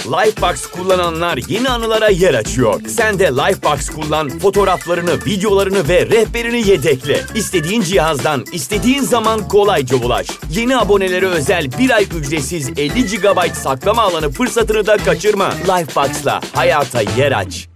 Lifebox kullananlar yeni anılara yer açıyor. Sen de Lifebox kullan, fotoğraflarını, videolarını ve rehberini yedekle. İstediğin cihazdan, istediğin zaman kolayca ulaş. Yeni abonelere özel 1 ay ücretsiz 50 GB saklama alanı fırsatını da kaçırma. Lifebox'la hayata yer aç.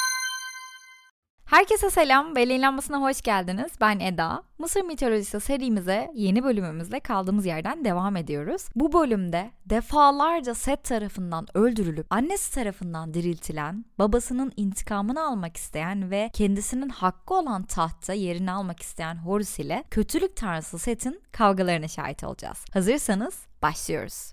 Herkese selam, Belleğin Lambası'na hoş geldiniz. Ben Eda. Mısır mitolojisi serimize yeni bölümümüzle kaldığımız yerden devam ediyoruz. Bu bölümde defalarca Set tarafından öldürülüp annesi tarafından diriltilen, babasının intikamını almak isteyen ve kendisinin hakkı olan tahtta yerini almak isteyen Horus ile kötülük tanrısı Set'in kavgalarına şahit olacağız. Hazırsanız başlıyoruz.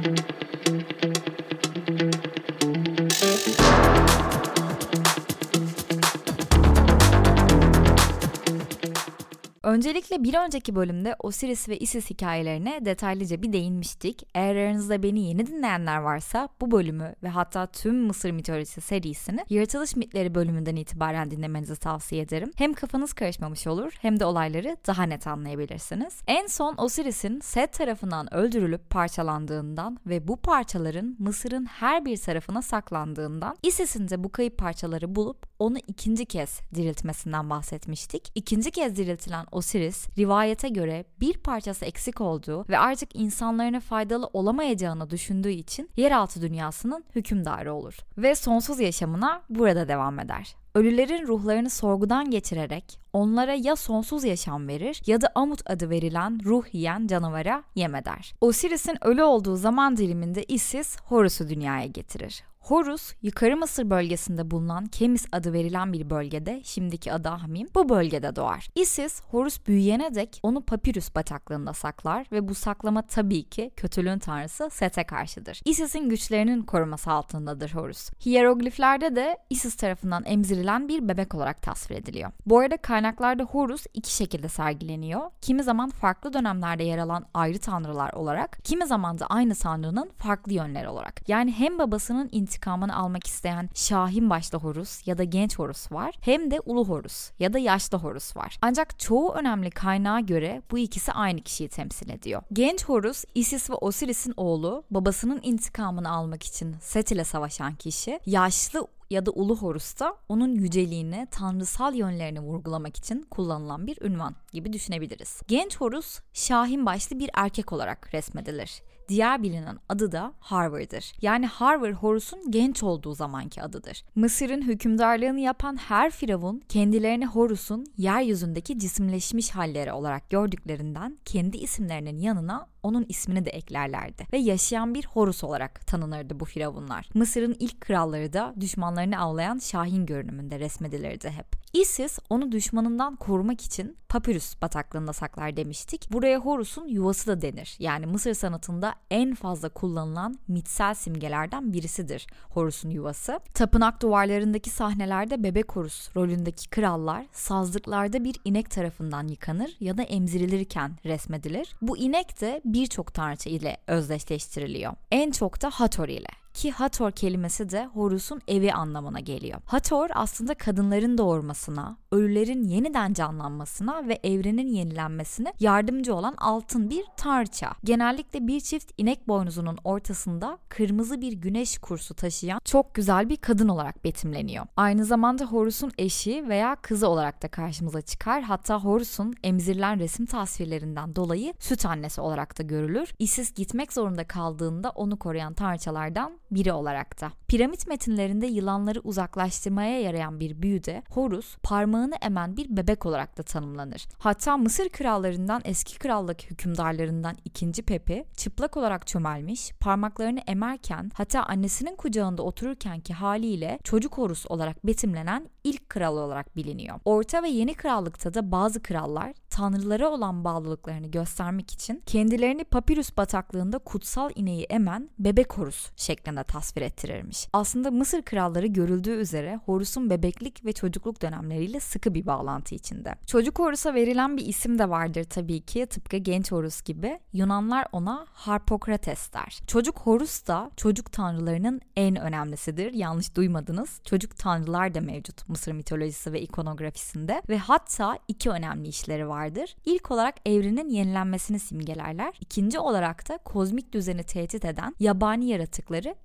Öncelikle bir önceki bölümde Osiris ve Isis hikayelerine detaylıca bir değinmiştik. Eğer aranızda beni yeni dinleyenler varsa bu bölümü ve hatta tüm Mısır mitolojisi serisini Yaratılış Mitleri bölümünden itibaren dinlemenizi tavsiye ederim. Hem kafanız karışmamış olur hem de olayları daha net anlayabilirsiniz. En son Osiris'in Set tarafından öldürülüp parçalandığından ve bu parçaların Mısır'ın her bir tarafına saklandığından, Isis'in de bu kayıp parçaları bulup onu ikinci kez diriltmesinden bahsetmiştik. İkinci kez diriltilen Osiris, rivayete göre bir parçası eksik olduğu ve artık insanlarına faydalı olamayacağını düşündüğü için yeraltı dünyasının hükümdarı olur ve sonsuz yaşamına burada devam eder. Ölülerin ruhlarını sorgudan geçirerek onlara ya sonsuz yaşam verir ya da Amut adı verilen ruh yiyen canavara yem eder. Osiris'in ölü olduğu zaman diliminde Isis, Horus'u dünyaya getirir. Horus, Yukarı Mısır bölgesinde bulunan Kemis adı verilen bir bölgede, şimdiki adı Ahmim, bu bölgede doğar. Isis, Horus büyüyene dek onu Papirus bataklığında saklar ve bu saklama tabii ki kötülüğün tanrısı Set'e karşıdır. Isis'in güçlerinin koruması altındadır Horus. Hierogliflerde de Isis tarafından emzirilen bir bebek olarak tasvir ediliyor. Bu arada kaynaklarda Horus iki şekilde sergileniyor. Kimi zaman farklı dönemlerde yer alan ayrı tanrılar olarak, kimi zaman da aynı tanrının farklı yönleri olarak. Yani hem babasının intikamını almak isteyen Şahin başlı Horus ya da genç Horus var, hem de Ulu Horus ya da yaşlı Horus var. Ancak çoğu önemli kaynağa göre bu ikisi aynı kişiyi temsil ediyor. Genç Horus, Isis ve Osiris'in oğlu, babasının intikamını almak için Set ile savaşan kişi. Yaşlı ya da Ulu Horus da onun yüceliğini, tanrısal yönlerini vurgulamak için kullanılan bir ünvan gibi düşünebiliriz. Genç Horus, Şahin başlı bir erkek olarak resmedilir. Diğer bilinen adı da Harvar'dır. Yani Harvar, Horus'un genç olduğu zamanki adıdır. Mısır'ın hükümdarlığını yapan her firavun kendilerini Horus'un yeryüzündeki cisimleşmiş halleri olarak gördüklerinden kendi isimlerinin yanına onun ismini de eklerlerdi ve yaşayan bir Horus olarak tanınırdı bu firavunlar. Mısır'ın ilk kralları da düşmanlarını avlayan Şahin görünümünde resmedilirdi hep. Isis onu düşmanından korumak için Papirus bataklığında saklar demiştik. Buraya Horus'un yuvası da denir. Yani Mısır sanatında en fazla kullanılan mitsel simgelerden birisidir Horus'un yuvası. Tapınak duvarlarındaki sahnelerde bebek Horus rolündeki krallar sazlıklarda bir inek tarafından yıkanır ya da emzirilirken resmedilir. Bu inek de birçok tanrıça ile özdeşleştiriliyor. En çok da Hathor ile. Ki Hathor kelimesi de Horus'un evi anlamına geliyor. Hathor aslında kadınların doğurmasına, ölülerin yeniden canlanmasına ve evrenin yenilenmesine yardımcı olan altın bir tanrıça. Genellikle bir çift inek boynuzunun ortasında kırmızı bir güneş kursu taşıyan çok güzel bir kadın olarak betimleniyor. Aynı zamanda Horus'un eşi veya kızı olarak da karşımıza çıkar. Hatta Horus'un emzirilen resim tasvirlerinden dolayı süt annesi olarak da görülür. Isis gitmek zorunda kaldığında onu koruyan tanrıçalardan biri olarak da. Piramit metinlerinde yılanları uzaklaştırmaya yarayan bir büyüde Horus parmağını emen bir bebek olarak da tanımlanır. Hatta Mısır krallarından eski krallık hükümdarlarından 2. Pepi çıplak olarak çömelmiş, parmaklarını emerken hatta annesinin kucağında otururkenki haliyle çocuk Horus olarak betimlenen ilk kral olarak biliniyor. Orta ve Yeni Krallık'ta da bazı krallar tanrılara olan bağlılıklarını göstermek için kendilerini Papirus bataklığında kutsal ineği emen bebek Horus şeklinde tasvir ettirirmiş. Aslında Mısır kralları görüldüğü üzere Horus'un bebeklik ve çocukluk dönemleriyle sıkı bir bağlantı içinde. Çocuk Horus'a verilen bir isim de vardır tabii ki, tıpkı genç Horus gibi. Yunanlar ona Harpokrates der. Çocuk Horus da çocuk tanrılarının en önemlisidir. Yanlış duymadınız. Çocuk tanrılar da mevcut Mısır mitolojisi ve ikonografisinde ve hatta iki önemli işleri vardır. İlk olarak evrenin yenilenmesini simgelerler. İkinci olarak da kozmik düzeni tehdit eden yabani yaratıkları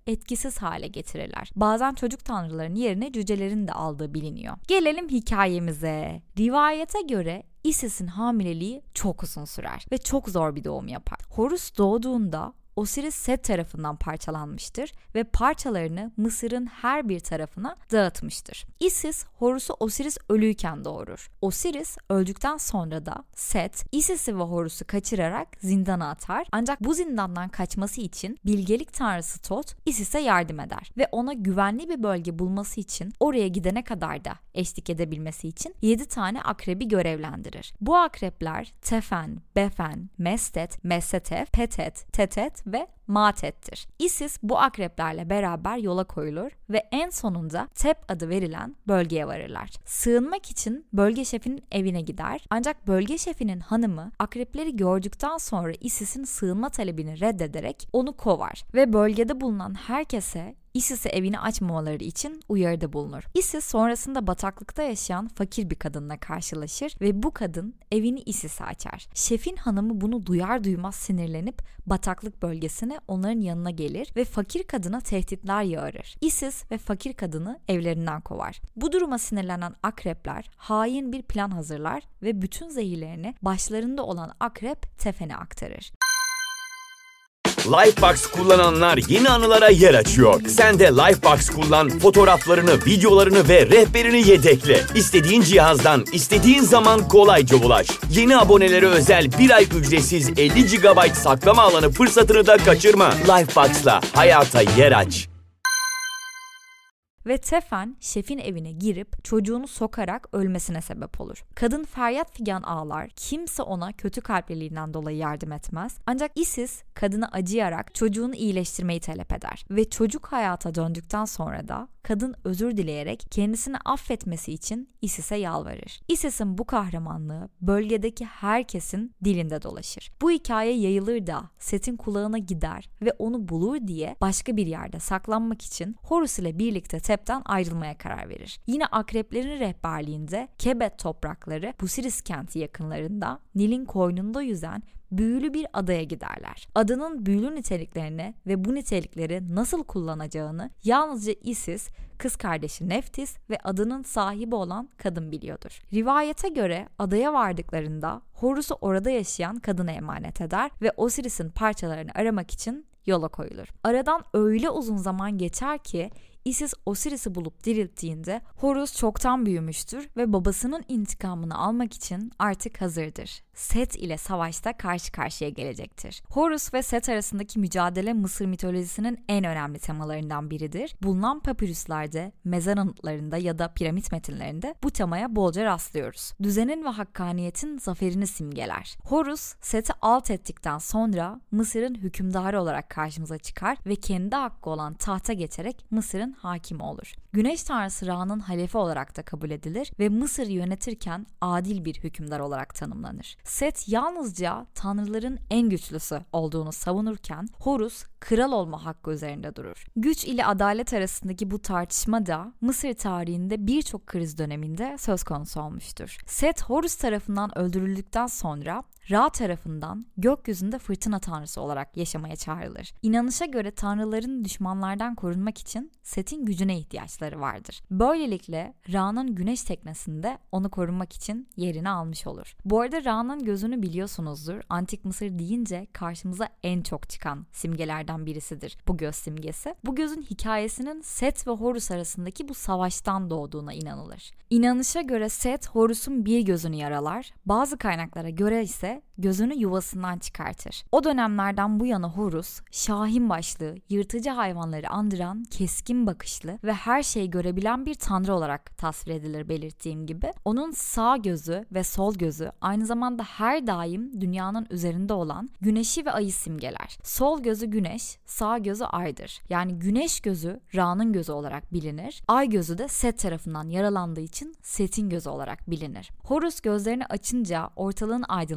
etkisiz hale getirirler. Bazen çocuk tanrıların yerine cücelerin de aldığı biliniyor. Gelelim hikayemize. Rivayete göre Isis'in hamileliği çok uzun sürer ve çok zor bir doğum yapar. Horus doğduğunda Osiris Set tarafından parçalanmıştır ve parçalarını Mısır'ın her bir tarafına dağıtmıştır. Isis, Horus'u Osiris ölüyken doğurur. Osiris öldükten sonra da Set, Isis'i ve Horus'u kaçırarak zindana atar. Ancak bu zindandan kaçması için bilgelik tanrısı Tot, Isis'e yardım eder ve ona güvenli bir bölge bulması için oraya gidene kadar da eşlik edebilmesi için 7 tane akrebi görevlendirir. Bu akrepler Tefen, Befen, Mestet, Messetef, Petet, Tetet ve Matet'tir. Isis bu akreplerle beraber yola koyulur ve en sonunda Tep adı verilen bölgeye varırlar. Sığınmak için bölge şefinin evine gider, ancak bölge şefinin hanımı akrepleri gördükten sonra Isis'in sığınma talebini reddederek onu kovar ve bölgede bulunan herkese Isis'e evini açmamaları için uyarıda bulunur. Isis sonrasında bataklıkta yaşayan fakir bir kadınla karşılaşır ve bu kadın evini Isis'e açar. Şefin hanımı bunu duyar duymaz sinirlenip bataklık bölgesine onların yanına gelir ve fakir kadına tehditler yağarır. Isis ve fakir kadını evlerinden kovar. Bu duruma sinirlenen akrepler hain bir plan hazırlar ve bütün zehirlerini başlarında olan akrep Tefen'e aktarır. Lifebox kullananlar yeni anılara yer açıyor. Sen de Lifebox kullan, fotoğraflarını, videolarını ve rehberini yedekle. İstediğin cihazdan, istediğin zaman kolayca ulaş. Yeni abonelere özel 1 ay ücretsiz 50 GB saklama alanı fırsatını da kaçırma. Lifebox'la hayata yer aç. Ve Tefen şefin evine girip çocuğunu sokarak ölmesine sebep olur. Kadın feryat figan ağlar, kimse ona kötü kalpliliğinden dolayı yardım etmez. Ancak Isis kadına acıyarak çocuğunu iyileştirmeyi talep eder. Ve çocuk hayata döndükten sonra da kadın özür dileyerek kendisini affetmesi için Isis'e yalvarır. Isis'in bu kahramanlığı bölgedeki herkesin dilinde dolaşır. Bu hikaye yayılır da Set'in kulağına gider ve onu bulur diye başka bir yerde saklanmak için Horus ile birlikte Tep'ten ayrılmaya karar verir. Yine akreplerin rehberliğinde Kebet toprakları Busiris kenti yakınlarında Nil'in koynunda yüzen büyülü bir adaya giderler. Adanın büyülü niteliklerini ve bu nitelikleri nasıl kullanacağını yalnızca Isis, kız kardeşi Neftis ve adanın sahibi olan kadın biliyordur. Rivayete göre adaya vardıklarında Horus'u orada yaşayan kadına emanet eder ve Osiris'in parçalarını aramak için yola koyulur. Aradan öyle uzun zaman geçer ki Isis Osiris'i bulup dirilttiğinde Horus çoktan büyümüştür ve babasının intikamını almak için artık hazırdır. Set ile savaşta karşı karşıya gelecektir. Horus ve Set arasındaki mücadele Mısır mitolojisinin en önemli temalarından biridir. Bulunan papirüslerde, mezar anıtlarında ya da piramit metinlerinde bu temaya bolca rastlıyoruz. Düzenin ve hakkaniyetin zaferini simgeler. Horus, Set'i alt ettikten sonra Mısır'ın hükümdarı olarak karşımıza çıkar ve kendi hakkı olan tahta geçerek Mısır'ın hakimi olur. Güneş tanrısı Ra'nın halefi olarak da kabul edilir ve Mısır'ı yönetirken adil bir hükümdar olarak tanımlanır. Set yalnızca tanrıların en güçlüsü olduğunu savunurken Horus kral olma hakkı üzerinde durur. Güç ile adalet arasındaki bu tartışma da Mısır tarihinde birçok kriz döneminde söz konusu olmuştur. Set Horus tarafından öldürüldükten sonra Ra tarafından gökyüzünde fırtına tanrısı olarak yaşamaya çağrılır. İnanışa göre tanrıların düşmanlardan korunmak için Set'in gücüne ihtiyaçları vardır. Böylelikle Ra'nın güneş teknesinde onu korunmak için yerini almış olur. Bu arada Ra'nın gözünü biliyorsunuzdur. Antik Mısır deyince karşımıza en çok çıkan simgelerden birisidir bu göz simgesi. Bu gözün hikayesinin Set ve Horus arasındaki bu savaştan doğduğuna inanılır. İnanışa göre Set, Horus'un bir gözünü yaralar. Bazı kaynaklara göre ise gözünü yuvasından çıkartır. O dönemlerden bu yana Horus, şahin başlı, yırtıcı hayvanları andıran, keskin bakışlı ve her şeyi görebilen bir tanrı olarak tasvir edilir belirttiğim gibi. Onun sağ gözü ve sol gözü aynı zamanda her daim dünyanın üzerinde olan güneşi ve ayı simgeler. Sol gözü güneş, sağ gözü aydır. Yani güneş gözü Ra'nın gözü olarak bilinir. Ay gözü de Set tarafından yaralandığı için Set'in gözü olarak bilinir. Horus gözlerini açınca ortalığın aydınlandığını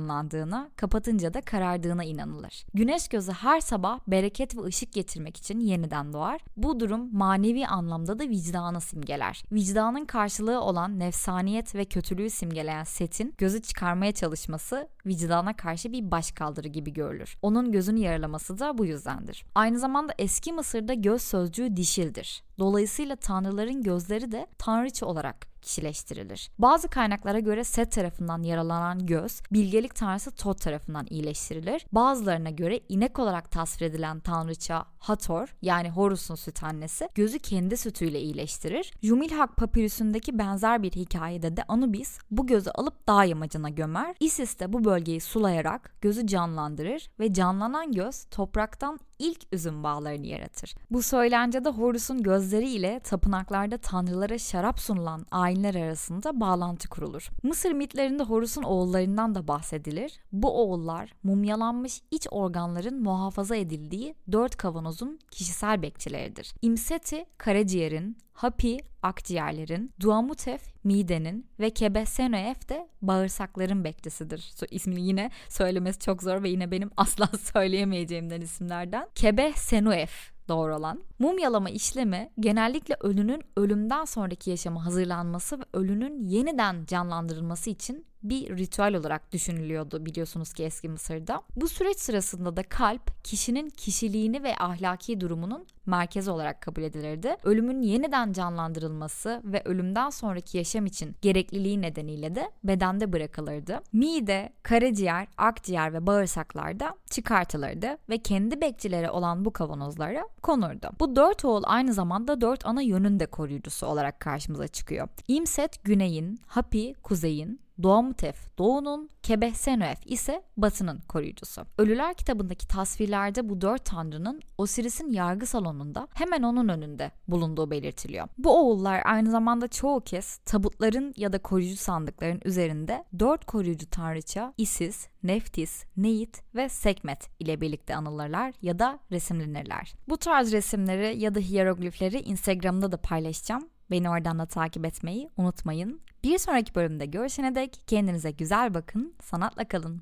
açıldığına, kapatınca da karardığına inanılır. Güneş gözü her sabah bereket ve ışık getirmek için yeniden doğar. Bu durum manevi anlamda da vicdanı simgeler. Vicdanın karşılığı olan nefsaniyet ve kötülüğü simgeleyen Set'in gözü çıkarmaya çalışması vicdana karşı bir başkaldırı gibi görülür. Onun gözünü yaralaması da bu yüzdendir. Aynı zamanda eski Mısır'da göz sözcüğü dişildir. Dolayısıyla tanrıların gözleri de tanrıça olarak kişileştirilir. Bazı kaynaklara göre Set tarafından yaralanan göz, bilgelik tanrısı Tot tarafından iyileştirilir. Bazılarına göre inek olarak tasvir edilen tanrıça Hathor, yani Horus'un süt annesi, gözü kendi sütüyle iyileştirir. Jumilhak papirüsündeki benzer bir hikayede de Anubis bu gözü alıp dağ yamacına gömer. Isis de bu bölgeyi sulayarak gözü canlandırır ve canlanan göz topraktan ilk üzüm bağlarını yaratır. Bu söylencede Horus'un gözleri ile tapınaklarda tanrılara şarap sunulan ayinler arasında bağlantı kurulur. Mısır mitlerinde Horus'un oğullarından da bahsedilir. Bu oğullar mumyalanmış iç organların muhafaza edildiği 4 kavanozun kişisel bekçileridir. İmseti karaciğerin, Hapi akciğerlerin, Duamutef midenin ve Kebesenoef de bağırsakların bekçisidir. İsmini yine söylemesi çok zor ve yine benim asla söyleyemeyeceğimden isimlerden. Kebesenoef doğru olan. Mumyalama işlemi genellikle ölünün ölümden sonraki yaşama hazırlanması ve ölünün yeniden canlandırılması için bir ritüel olarak düşünülüyordu biliyorsunuz ki eski Mısır'da. Bu süreç sırasında da kalp kişinin kişiliğini ve ahlaki durumunun merkezi olarak kabul edilirdi. Ölümün yeniden canlandırılması ve ölümden sonraki yaşam için gerekliliği nedeniyle de bedende bırakılırdı. Mide, karaciğer, akciğer ve bağırsaklar da çıkartılırdı ve kendi bekçileri olan bu kavanozlara konurdu. Bu 4 oğul aynı zamanda 4 ana yönün de koruyucusu olarak karşımıza çıkıyor. İmset güneyin, Hapi kuzeyin, Duamutef doğunun, Kebesenoef ise batının koruyucusu. Ölüler kitabındaki tasvirlerde bu 4 tanrının Osiris'in yargı salonunda hemen onun önünde bulunduğu belirtiliyor. Bu oğullar aynı zamanda çoğu kez tabutların ya da koruyucu sandıkların üzerinde 4 koruyucu tanrıça Isis, Neftis, Neit ve Sekmet ile birlikte anılırlar ya da resimlenirler. Bu tarz resimleri ya da hiyeroglifleri Instagram'da da paylaşacağım. Beni oradan da takip etmeyi unutmayın. Bir sonraki bölümde görüşene dek kendinize güzel bakın, sanatla kalın.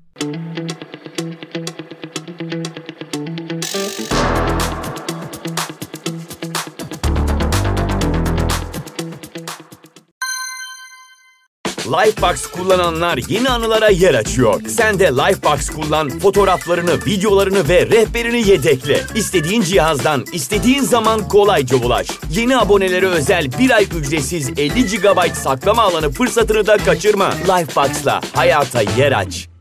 Lifebox kullananlar yeni anılara yer açıyor. Sen de Lifebox kullan, fotoğraflarını, videolarını ve rehberini yedekle. İstediğin cihazdan, istediğin zaman kolayca ulaş. Yeni abonelere özel 1 ay ücretsiz 50 GB saklama alanı fırsatını da kaçırma. Lifebox'la hayata yer aç.